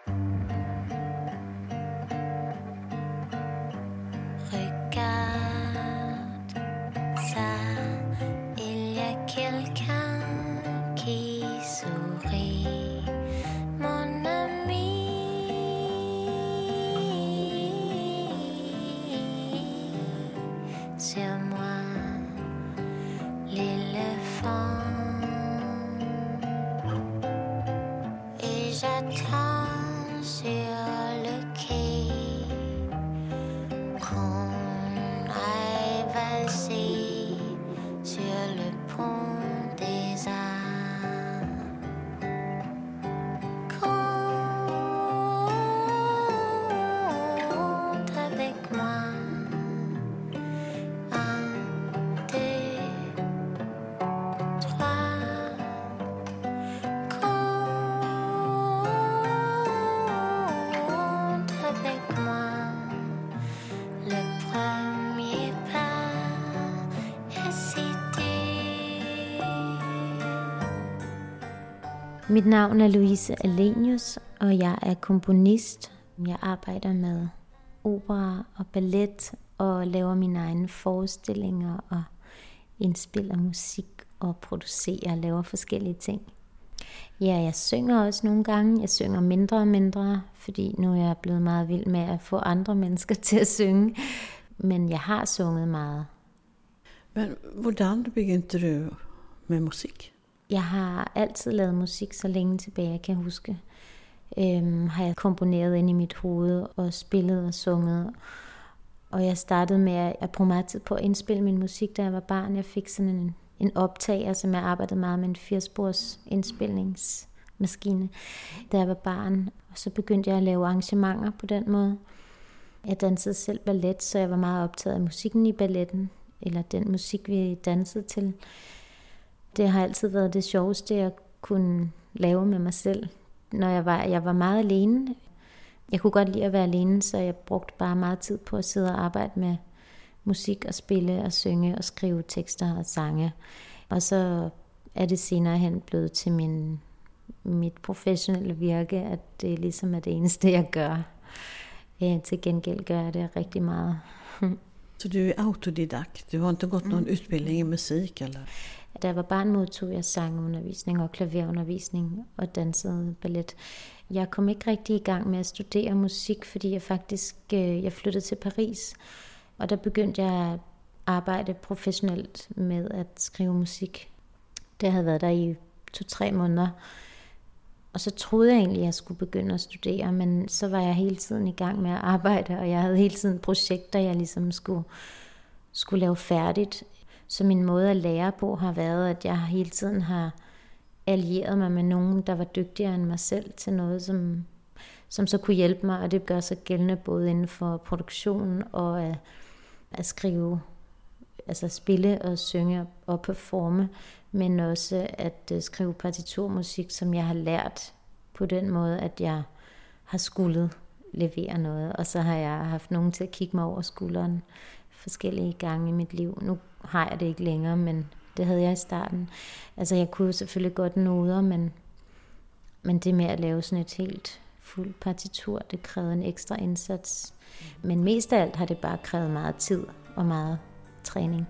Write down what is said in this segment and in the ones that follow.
Mit navn er Louise Alenius, og jeg er komponist. Jeg arbejder med opera og ballet og laver mine egne forestillinger og indspiller musik og producerer og laver forskellige ting. Ja, jeg synger også nogle gange. Jeg synger mindre og mindre, fordi nu er jeg blevet meget vild med at få andre mennesker til at synge. Men jeg har sunget meget. Men hvordan begyndte du med musik? Jeg har altid lavet musik, så længe tilbage jeg kan huske. Har jeg komponeret ind i mit hoved og spillet og sunget. Og jeg startede med at bruge meget tid på at indspille min musik, da jeg var barn. Jeg fik sådan en optager, som jeg arbejdede meget med, en 4-spors indspilningsmaskine, da jeg var barn. Og så begyndte jeg at lave arrangementer på den måde. Jeg dansede selv ballet, så jeg var meget optaget af musikken i balletten, eller den musik, vi dansede til. Det har altid været det sjoveste, jeg kunne lave med mig selv, når jeg var meget alene. Jeg kunne godt lide at være alene, så jeg brugte bare meget tid på at sidde og arbejde med musik og spille og synge og skrive tekster og sange. Og så er det senere hen blevet til mit professionelle virke, at det ligesom er det eneste, jeg gør. Til gengæld gør jeg det rigtig meget. Så du er autodidakt? Du har ikke gått nogen udbildning i musik, eller? Da jeg var barn, modtog jeg sangundervisning og klaverundervisning og dansede ballet. Jeg kom ikke rigtig i gang med at studere musik, fordi jeg flyttede til Paris. Og der begyndte jeg at arbejde professionelt med at skrive musik. Det havde været der i 2-3 måneder. Og så troede jeg egentlig, at jeg skulle begynde at studere, men så var jeg hele tiden i gang med at arbejde, og jeg havde hele tiden projekter, jeg ligesom skulle lave færdigt. Så min måde at lære på har været, at jeg hele tiden har allieret mig med nogen, der var dygtigere end mig selv til noget, som så kunne hjælpe mig. Og det gør sig gældende både inden for produktion og at skrive, altså spille og synge og performe, men også at skrive partiturmusik, som jeg har lært på den måde, at jeg har skulle levere noget. Og så har jeg haft nogen til at kigge mig over skulderen forskellige gange i mit liv. Nu har jeg det ikke længere, men det havde jeg i starten. Altså jeg kunne selvfølgelig godt noder, men det med at lave sådan et helt fuldt partitur, det krævede en ekstra indsats. Men mest af alt har det bare krævet meget tid og meget træning.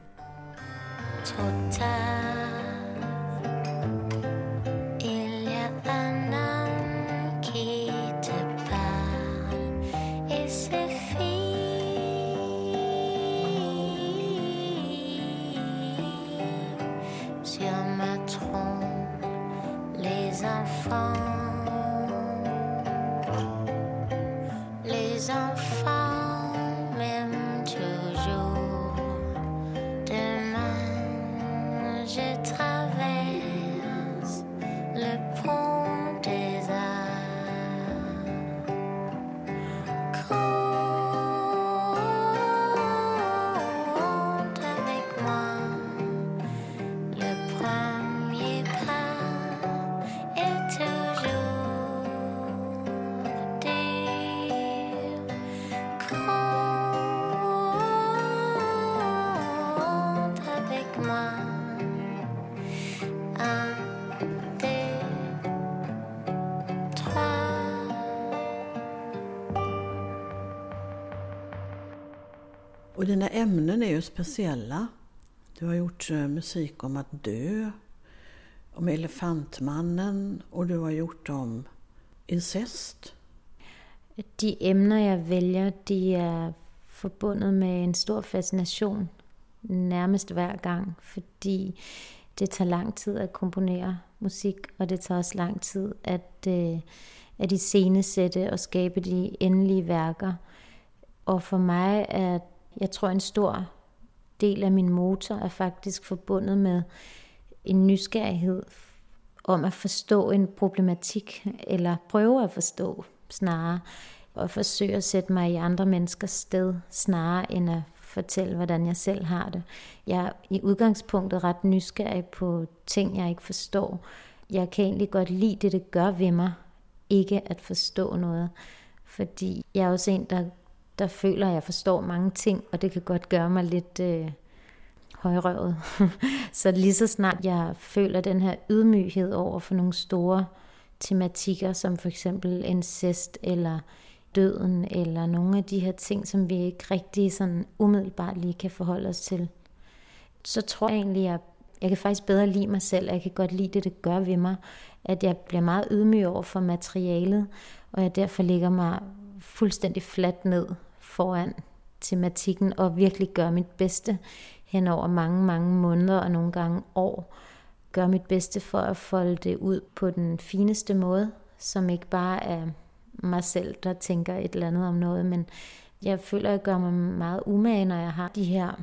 Och dina ämnen är ju speciella. Du har gjort musik om att dö, om elefantmannen och du har gjort om incest. De emner, jeg vælger, de er forbundet med en stor fascination nærmest hver gang, fordi det tager lang tid at komponere musik, og det tager også lang tid at iscenesætte og skabe de endelige værker. Og for mig er, jeg tror, en stor del af min motor er faktisk forbundet med en nysgerrighed om at forstå en problematik, eller prøve at forstå snarere, og forsøge at sætte mig i andre menneskers sted, snarere end at fortælle, hvordan jeg selv har det. Jeg er i udgangspunktet ret nysgerrig på ting, jeg ikke forstår. Jeg kan egentlig godt lide det gør ved mig, ikke at forstå noget. Fordi jeg er også en, der føler, at jeg forstår mange ting, og det kan godt gøre mig lidt højrøvet. Så lige så snart jeg føler den her ydmyghed over for nogle store tematikker, som for eksempel incest eller døden, eller nogle af de her ting, som vi ikke rigtig sådan umiddelbart lige kan forholde os til, så tror jeg egentlig, at jeg kan faktisk bedre lide mig selv, jeg kan godt lide det gør ved mig, at jeg bliver meget ydmyg over for materialet, og jeg derfor lægger mig fuldstændig fladt ned foran tematikken, og virkelig gør mit bedste hen over mange, mange måneder, og nogle gange år, gør mit bedste for at folde det ud på den fineste måde, som ikke bare er mig selv, der tænker et eller andet om noget, men jeg føler, at jeg gør mig meget umage, når jeg har de her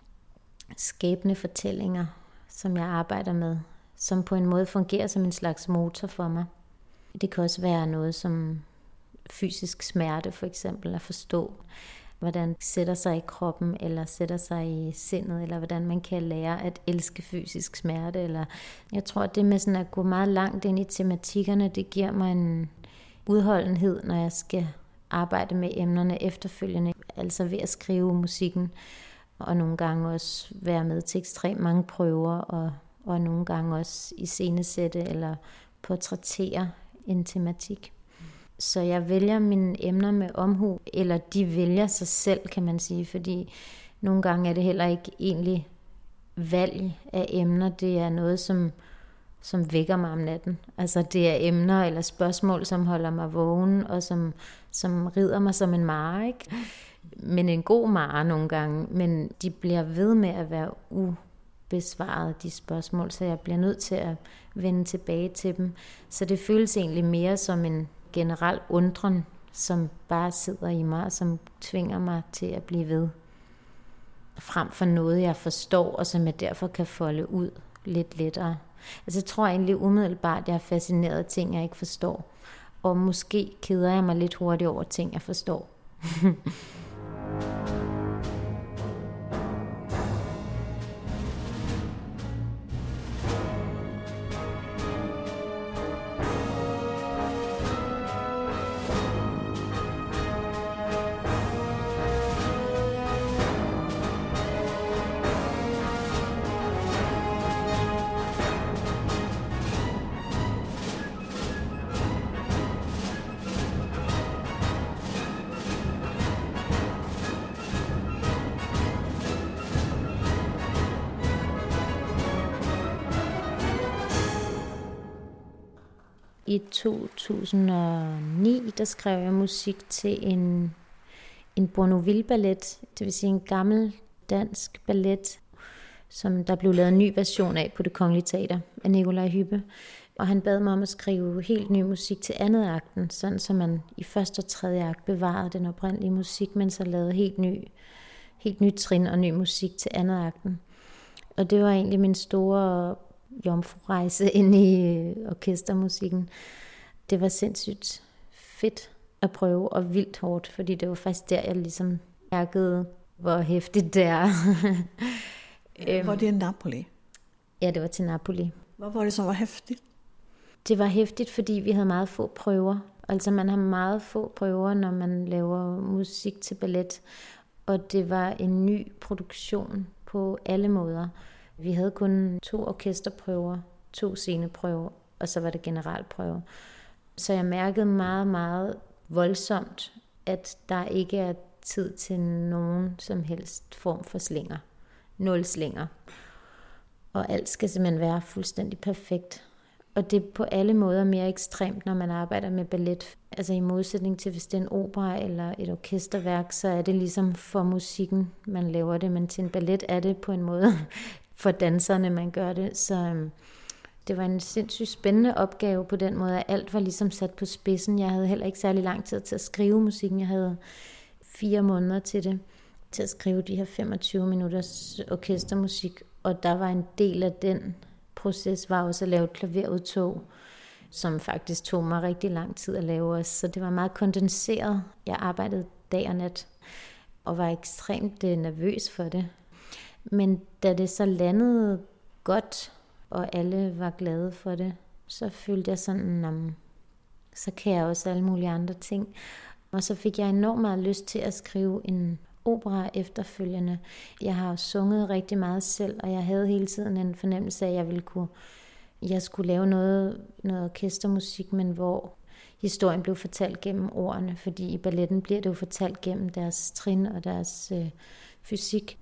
skæbne fortællinger, som jeg arbejder med, som på en måde fungerer som en slags motor for mig. Det kan også være noget som fysisk smerte, for eksempel, at forstå, hvordan det sætter sig i kroppen, eller sætter sig i sindet, eller hvordan man kan lære at elske fysisk smerte. Eller jeg tror, at det med sådan at gå meget langt ind i tematikkerne, det giver mig en udholdenhed, når jeg skal arbejde med emnerne efterfølgende, altså ved at skrive musikken, og nogle gange også være med til ekstremt mange prøver, og nogle gange også iscenesætte eller portrættere en tematik. Så jeg vælger mine emner med omhu, eller de vælger sig selv, kan man sige, fordi nogle gange er det heller ikke egentlig valg af emner, det er noget, som vækker mig om natten. Altså det er emner eller spørgsmål, som holder mig vågen, og som rider mig som en mare, ikke? Men en god mare nogle gange, men de bliver ved med at være ubesvaret, de spørgsmål, så jeg bliver nødt til at vende tilbage til dem. Så det føles egentlig mere som en generel undren, som bare sidder i mig, og som tvinger mig til at blive ved. Frem for noget, jeg forstår, og som jeg derfor kan folde ud lidt lettere. Altså jeg tror egentlig umiddelbart, at jeg er fascineret af ting, jeg ikke forstår. Og måske keder jeg mig lidt hurtigt over ting, jeg forstår. I 2009, der skrev jeg musik til en Bournonville-ballet, det vil sige en gammel dansk ballet, som der blev lavet en ny version af på Det Kongelige Teater af Nikolaj Hübbe. Og han bad mig om at skrive helt ny musik til andet akten, sådan så man i første og tredje akt bevarede den oprindelige musik, men så lavede helt ny trin og ny musik til andet akten. Og det var egentlig min store jomfrurejse ind i orkestermusikken. Det var sindssygt fedt at prøve, og vildt hårdt, fordi det var faktisk der, jeg ligesom mærkede, hvor hæftigt det er. Var det i Napoli? Ja, det var til Napoli. Hvad var det, som var hæftigt? Det var hæftigt, fordi vi havde meget få prøver. Altså man har meget få prøver, når man laver musik til ballet. Og det var en ny produktion på alle måder. Vi havde kun 2 orkesterprøver, 2 sceneprøver, og så var det generalprøver. Så jeg mærkede meget, meget voldsomt, at der ikke er tid til nogen som helst form for slinger. 0 slinger. Og alt skal simpelthen være fuldstændig perfekt. Og det er på alle måder mere ekstremt, når man arbejder med ballet. Altså i modsætning til, hvis det er en opera eller et orkesterværk, så er det ligesom for musikken, man laver det. Men til en ballet er det på en måde for danserne, man gør det. Så det var en sindssygt spændende opgave på den måde, at alt var ligesom sat på spidsen. Jeg havde heller ikke særlig lang tid til at skrive musikken. Jeg havde 4 måneder til det, til at skrive de her 25 minutters orkestermusik. Og der var en del af den proces, var også at lave et klaverudtog, som faktisk tog mig rigtig lang tid at lave også. Så det var meget kondenseret. Jeg arbejdede dag og nat, og var ekstremt nervøs for det. Men da det så landede godt, og alle var glade for det, så følte jeg sådan, så kan jeg også alle mulige andre ting. Og så fik jeg enormt meget lyst til at skrive en opera efterfølgende. Jeg har sunget rigtig meget selv, og jeg havde hele tiden en fornemmelse af, at jeg skulle lave noget orkestermusik, men hvor historien blev fortalt gennem ordene, fordi i balletten bliver det jo fortalt gennem deres trin og deres fysik.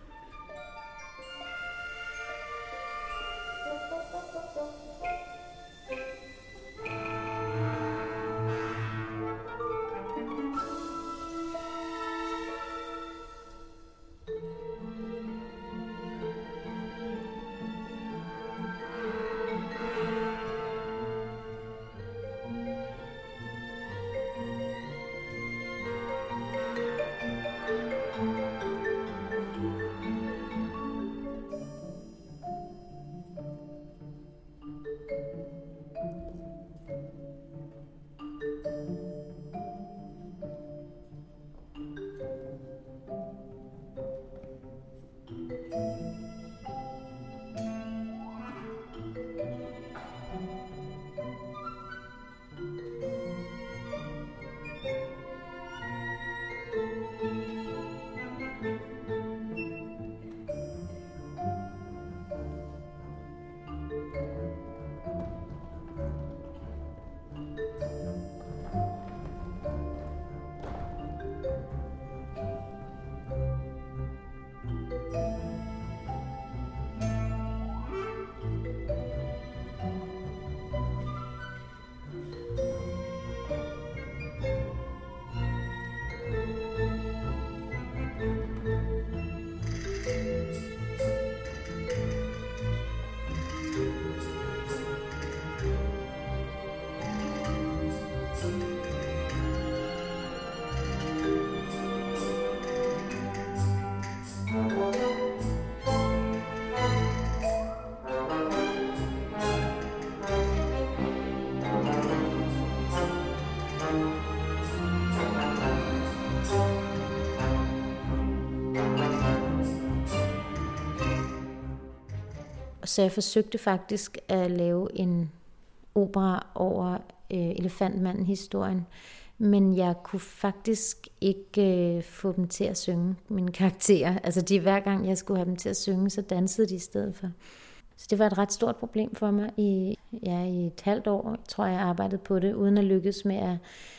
Så jeg forsøgte faktisk at lave en opera over Elefantmanden-historien, men jeg kunne faktisk ikke få dem til at synge, mine karakterer. Altså hver gang jeg skulle have dem til at synge, så dansede de i stedet for. Så det var et ret stort problem for mig. I et halvt år, tror jeg arbejdede på det, uden at lykkes med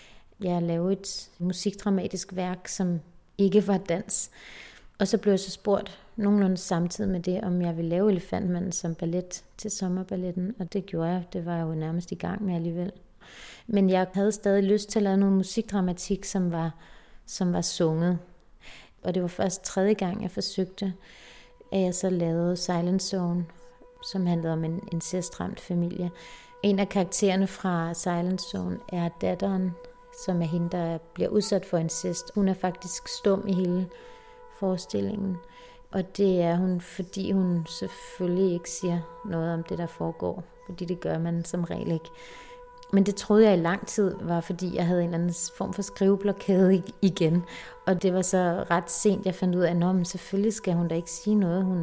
at lave et musikdramatisk værk, som ikke var dans. Og så blev jeg så spurgt nogenlunde samtidig med det, om jeg ville lave Elefantmanden som ballet til sommerballetten, og det gjorde jeg. Det var jeg jo nærmest i gang med alligevel. Men jeg havde stadig lyst til at lave noget musikdramatik, som var sunget. Og det var først 3. gang, jeg forsøgte, at jeg så lavede Silent Zone, som handlede om en incestramt familie. En af karaktererne fra Silent Zone er datteren, som er hende, der bliver udsat for incest. Hun er faktisk stum i hele forestillingen. Og det er hun, fordi hun selvfølgelig ikke siger noget om det, der foregår. Fordi det gør man som regel ikke. Men det troede jeg i lang tid var, fordi jeg havde en eller anden form for skriveblokade igen. Og det var så ret sent, jeg fandt ud af, at selvfølgelig skal hun da ikke sige noget.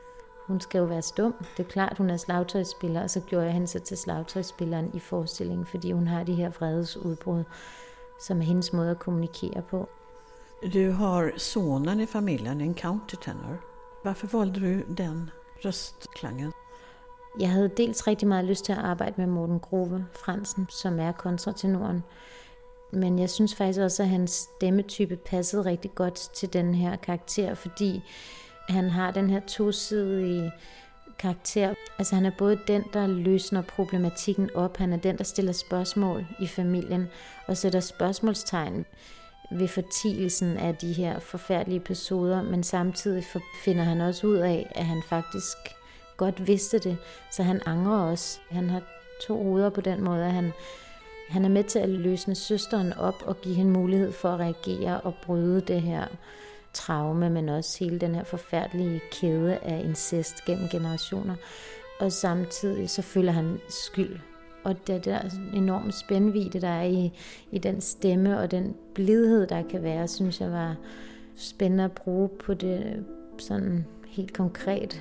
Hun skal jo være stum. Det er klart, hun er slagtøjsspiller, og så gjorde jeg hende så til slagtøjsspilleren i forestillingen, fordi hun har de her vredesudbrud, som er hendes måde at kommunikere på. Du har sonen i familjen, en countertenor. Varför valde du den röstklangen? Jeg havde dels rigtig meget lyst til at arbejde med Morten Grove Fransen, som er kontratenoren. Men jeg synes faktisk også, at hans stemmetype passede rigtig godt til den her karakter, fordi han har den her tosidige karakter. Altså han er både den, der løsner problematikken op, han er den, der stiller spørgsmål i familien og sætter spørgsmålstegn ved fortielsen af de her forfærdelige episoder, men samtidig finder han også ud af, at han faktisk godt vidste det, så han angrer også. Han har 2 hoveder på den måde, at han er med til at løsne søsteren op og give hende mulighed for at reagere og bryde det her traume, men også hele den her forfærdelige kæde af incest gennem generationer. Og samtidig så føler han skyld. Og det der enorme spændvidde, der er i den stemme og den blidhed, der kan være, synes jeg var spændende at bruge på det sådan helt konkret.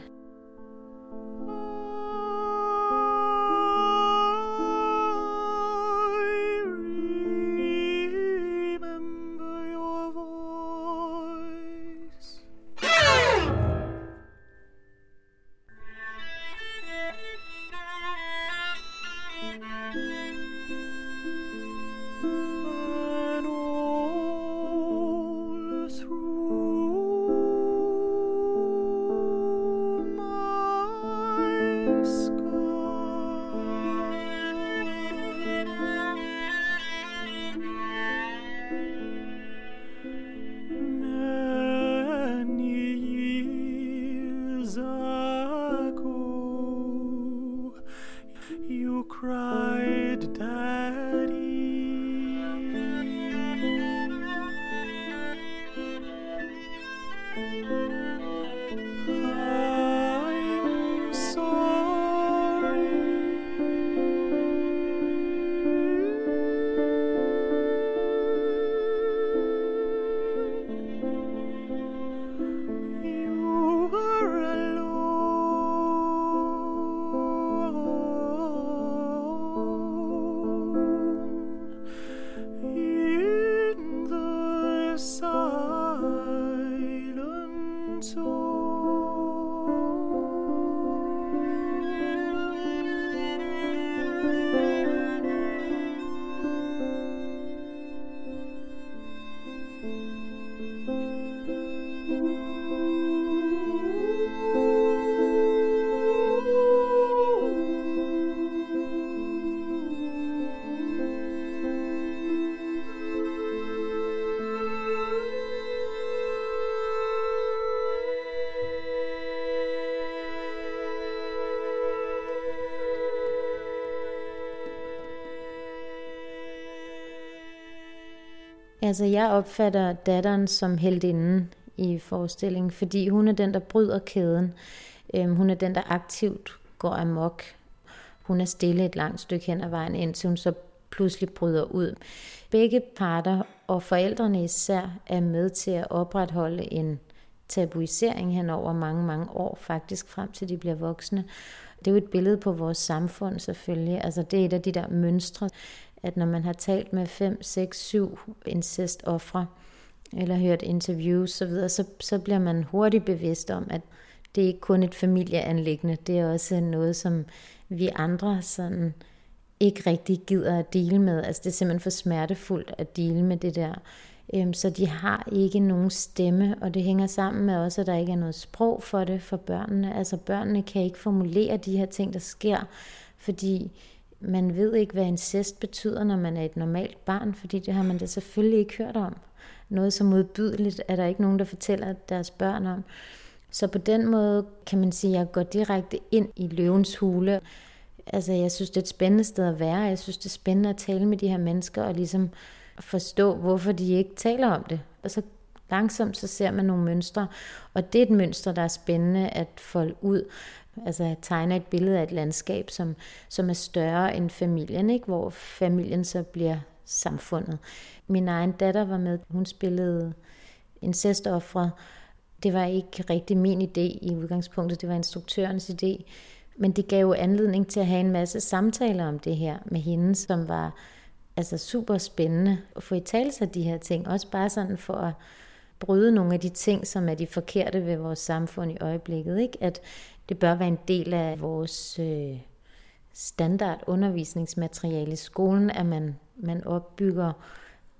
Altså jeg opfatter datteren som heltinden i forestillingen, fordi hun er den, der bryder kæden. Hun er den, der aktivt går amok. Hun er stille et langt stykke hen ad vejen, indtil hun så pludselig bryder ud. Begge parter, og forældrene især, er med til at opretholde en tabuisering hen over mange, mange år, faktisk frem til de bliver voksne. Det er jo et billede på vores samfund selvfølgelig. Altså det er et af de der mønstre, at når man har talt med 5, 6, 7 incestofre, eller hørt interviews så videre, så bliver man hurtigt bevidst om, at det er ikke kun et familieanliggende, det er også noget, som vi andre sådan ikke rigtig gider at dele med. Altså det er simpelthen for smertefuldt at dele med det der. Så de har ikke nogen stemme, og det hænger sammen med også, at der ikke er noget sprog for det for børnene. Altså børnene kan ikke formulere de her ting, der sker, fordi man ved ikke, hvad incest betyder, når man er et normalt barn, fordi det har man da selvfølgelig ikke hørt om. Noget så modbydeligt er der ikke nogen, der fortæller deres børn om. Så på den måde kan man sige, at jeg går direkte ind i løvens hule. Altså jeg synes, det er et spændende sted at være. Jeg synes, det er spændende at tale med de her mennesker og ligesom forstå, hvorfor de ikke taler om det. Og så langsomt så ser man nogle mønstre, og det er et mønster, der er spændende at folde ud. Altså jeg tegner et billede af et landskab, som er større end familien, ikke? Hvor familien så bliver samfundet. Min egen datter var med, hun spillede incestofre. Det var ikke rigtig min idé i udgangspunktet, det var instruktørens idé. Men det gav jo anledning til at have en masse samtaler om det her med hende, som var altså super spændende at få i tale sig de her ting. Også bare sådan for at bryde nogle af de ting, som er de forkerte ved vores samfund i øjeblikket. Ikke? At det bør være en del af vores standard undervisningsmateriale i skolen, at man opbygger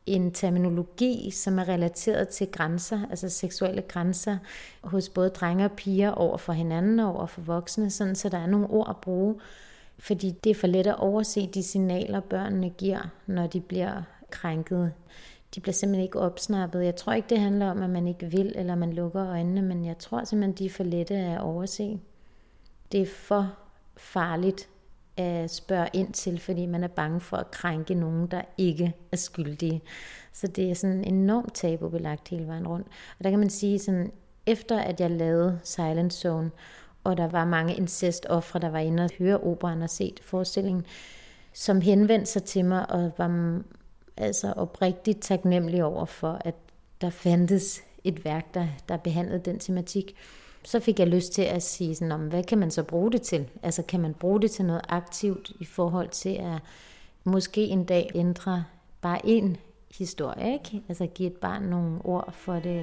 en terminologi, som er relateret til grænser, altså seksuelle grænser, hos både drenge og piger over for hinanden og over for voksne, sådan, så der er nogle ord at bruge, fordi det er for let at overse de signaler, børnene giver, når de bliver krænket. De bliver simpelthen ikke opsnappet. Jeg tror ikke, det handler om, at man ikke vil, eller man lukker øjnene, men jeg tror simpelthen, de er for lette at overse. Det er for farligt at spørge ind til, fordi man er bange for at krænke nogen, der ikke er skyldige. Så det er sådan enormt tabubelagt hele vejen rundt. Og der kan man sige, sådan, efter at jeg lavede Silent Zone, og der var mange incest-ofre, der var inde og høre operaen og set forestillingen, som henvendte sig til mig og var altså oprigtigt taknemmelig over for, at der fandtes et værk, der behandlede den tematik. Så fik jeg lyst til at sige sådan, hvad kan man så bruge det til? Altså kan man bruge det til noget aktivt i forhold til at måske en dag ændre bare en historie, ikke? Altså give et barn nogle ord for det.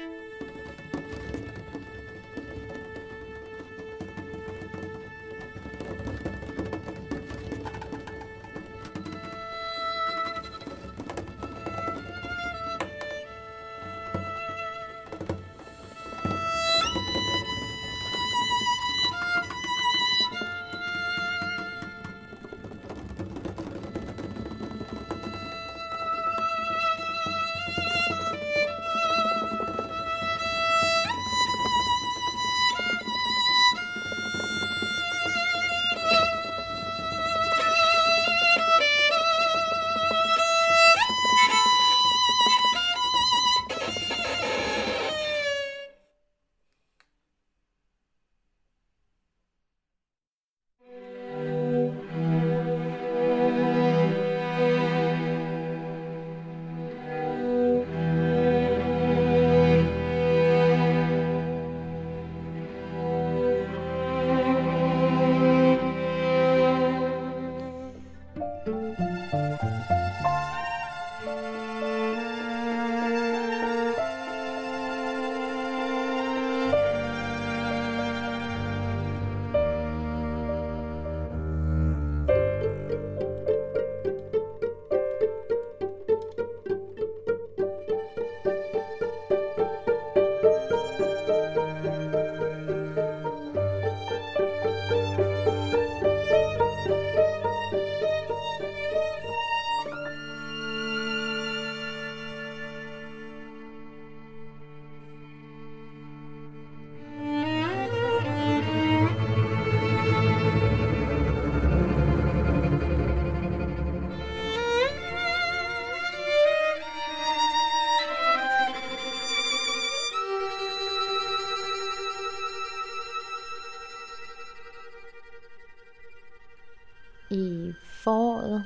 I foråret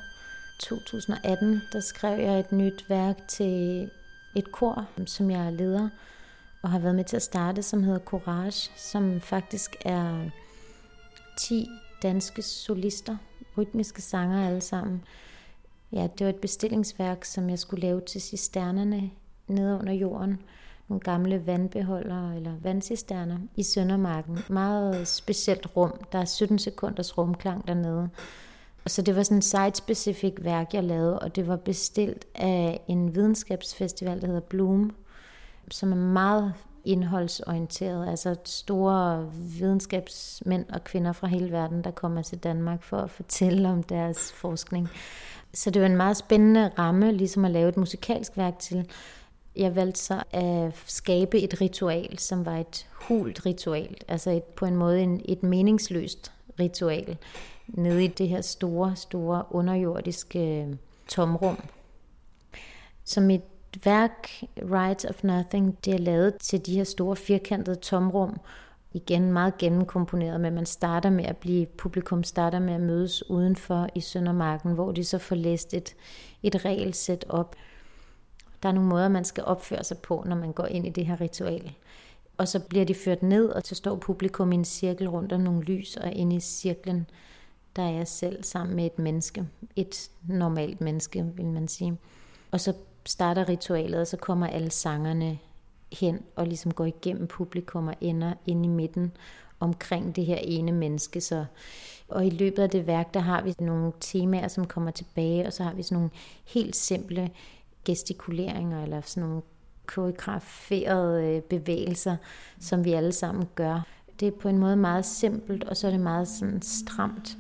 2018, der skrev jeg et nyt værk til et kor, som jeg er leder og har været med til at starte, som hedder Courage, som faktisk er 10 danske solister, rytmiske sangere alle sammen. Ja, det var et bestillingsværk, som jeg skulle lave til cisternerne nede under jorden. Nogle gamle vandbeholdere eller vandcisterner i Søndermarken. Meget specielt rum. Der er 17 sekunders rumklang dernede. Og så det var sådan et site-specific værk, jeg lavede, og det var bestilt af en videnskabsfestival, der hedder Bloom, som er meget indholdsorienteret. Altså store videnskabsmænd og kvinder fra hele verden, der kommer til Danmark for at fortælle om deres forskning. Så det var en meget spændende ramme, ligesom at lave et musikalsk værk til. Jeg valgte så at skabe et ritual, som var et hult ritual. Altså på en måde et meningsløst ritual, nede i det her store underjordiske tomrum. Så mit værk, Rites of Nothing, det er lavet til de her store firkantede tomrum. Igen meget gennemkomponeret, men publikum starter med at mødes udenfor i Søndermarken, hvor de så får læst et regelsæt op. Der er nogle måder, man skal opføre sig på, når man går ind i det her ritual. Og så bliver de ført ned, og så står publikum i en cirkel rundt om nogle lys, og inde i cirklen, der er jeg selv sammen med et menneske. Et normalt menneske, vil man sige. Og så starter ritualet, og så kommer alle sangerne hen, og ligesom går igennem publikum og ender inde i midten omkring det her ene menneske. Og i løbet af det værk, der har vi nogle temaer, som kommer tilbage, og så har vi sådan nogle helt simple gestikuleringer eller sådan nogle koreograferede bevægelser, som vi alle sammen gør. Det er på en måde meget simpelt, og så er det meget sådan stramt.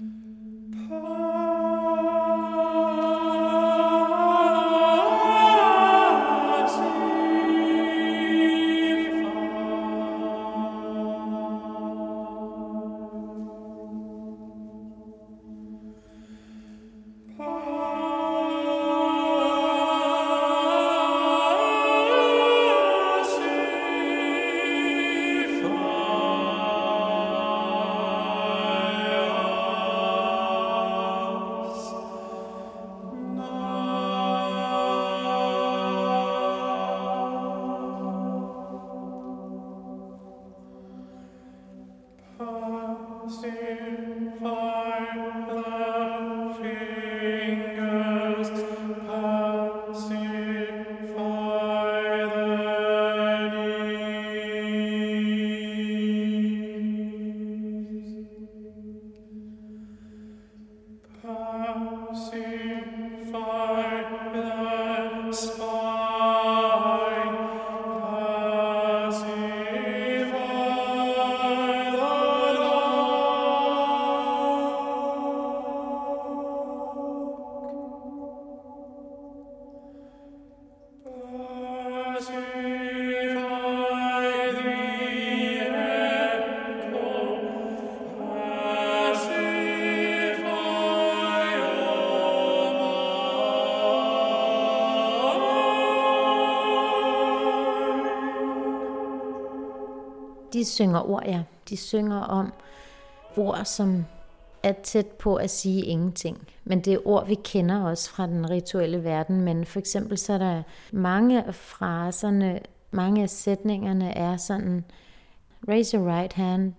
De synger ord, ja. De synger om ord, som er tæt på at sige ingenting. Men det er ord, vi kender også fra den rituelle verden. Men for eksempel så er der mange af fraserne, mange af sætningerne er sådan: raise your right hand,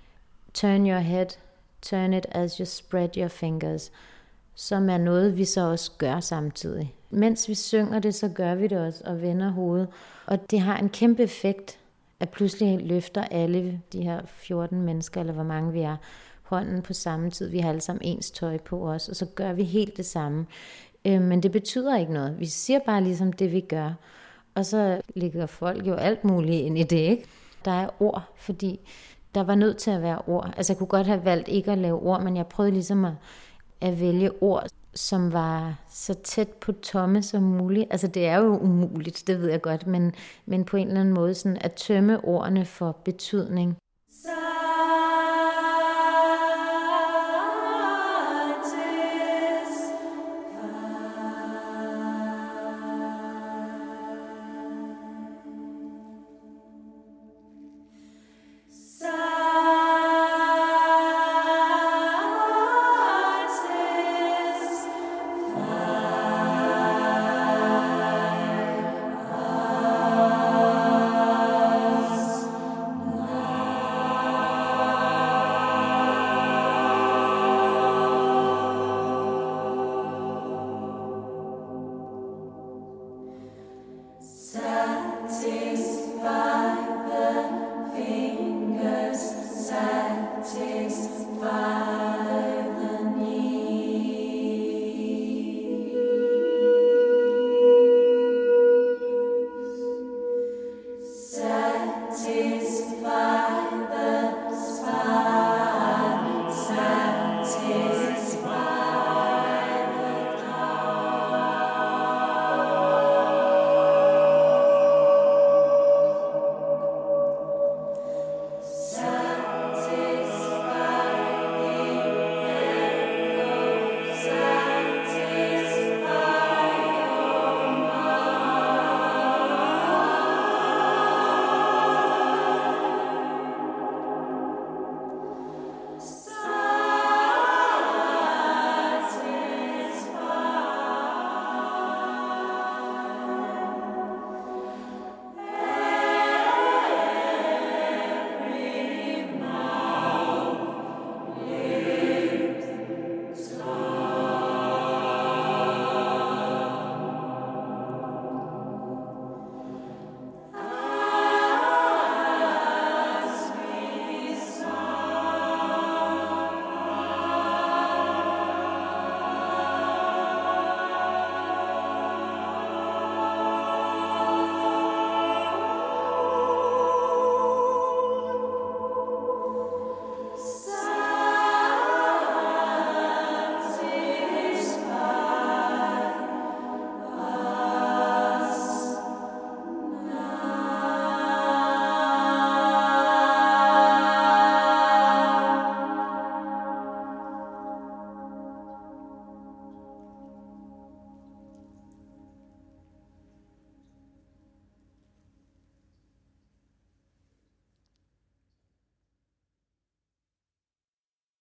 turn your head, turn it as you spread your fingers. Som er noget, vi så også gør samtidig. Mens vi synger det, så gør vi det også og vender hovedet. Og det har en kæmpe effekt, at pludselig løfter alle de her 14 mennesker, eller hvor mange vi er, hånden på samme tid. Vi har alle sammen ens tøj på os, og så gør vi helt det samme. Men det betyder ikke noget. Vi siger bare ligesom det, vi gør. Og så lægger folk jo alt muligt ind i det, ikke? Der er ord, fordi der var nødt til at være ord. Altså jeg kunne godt have valgt ikke at lave ord, men jeg prøvede ligesom at vælge ord, som var så tæt på tomme som muligt. Altså det er jo umuligt, det ved jeg godt, men på en eller anden måde sådan at tømme ordene for betydning.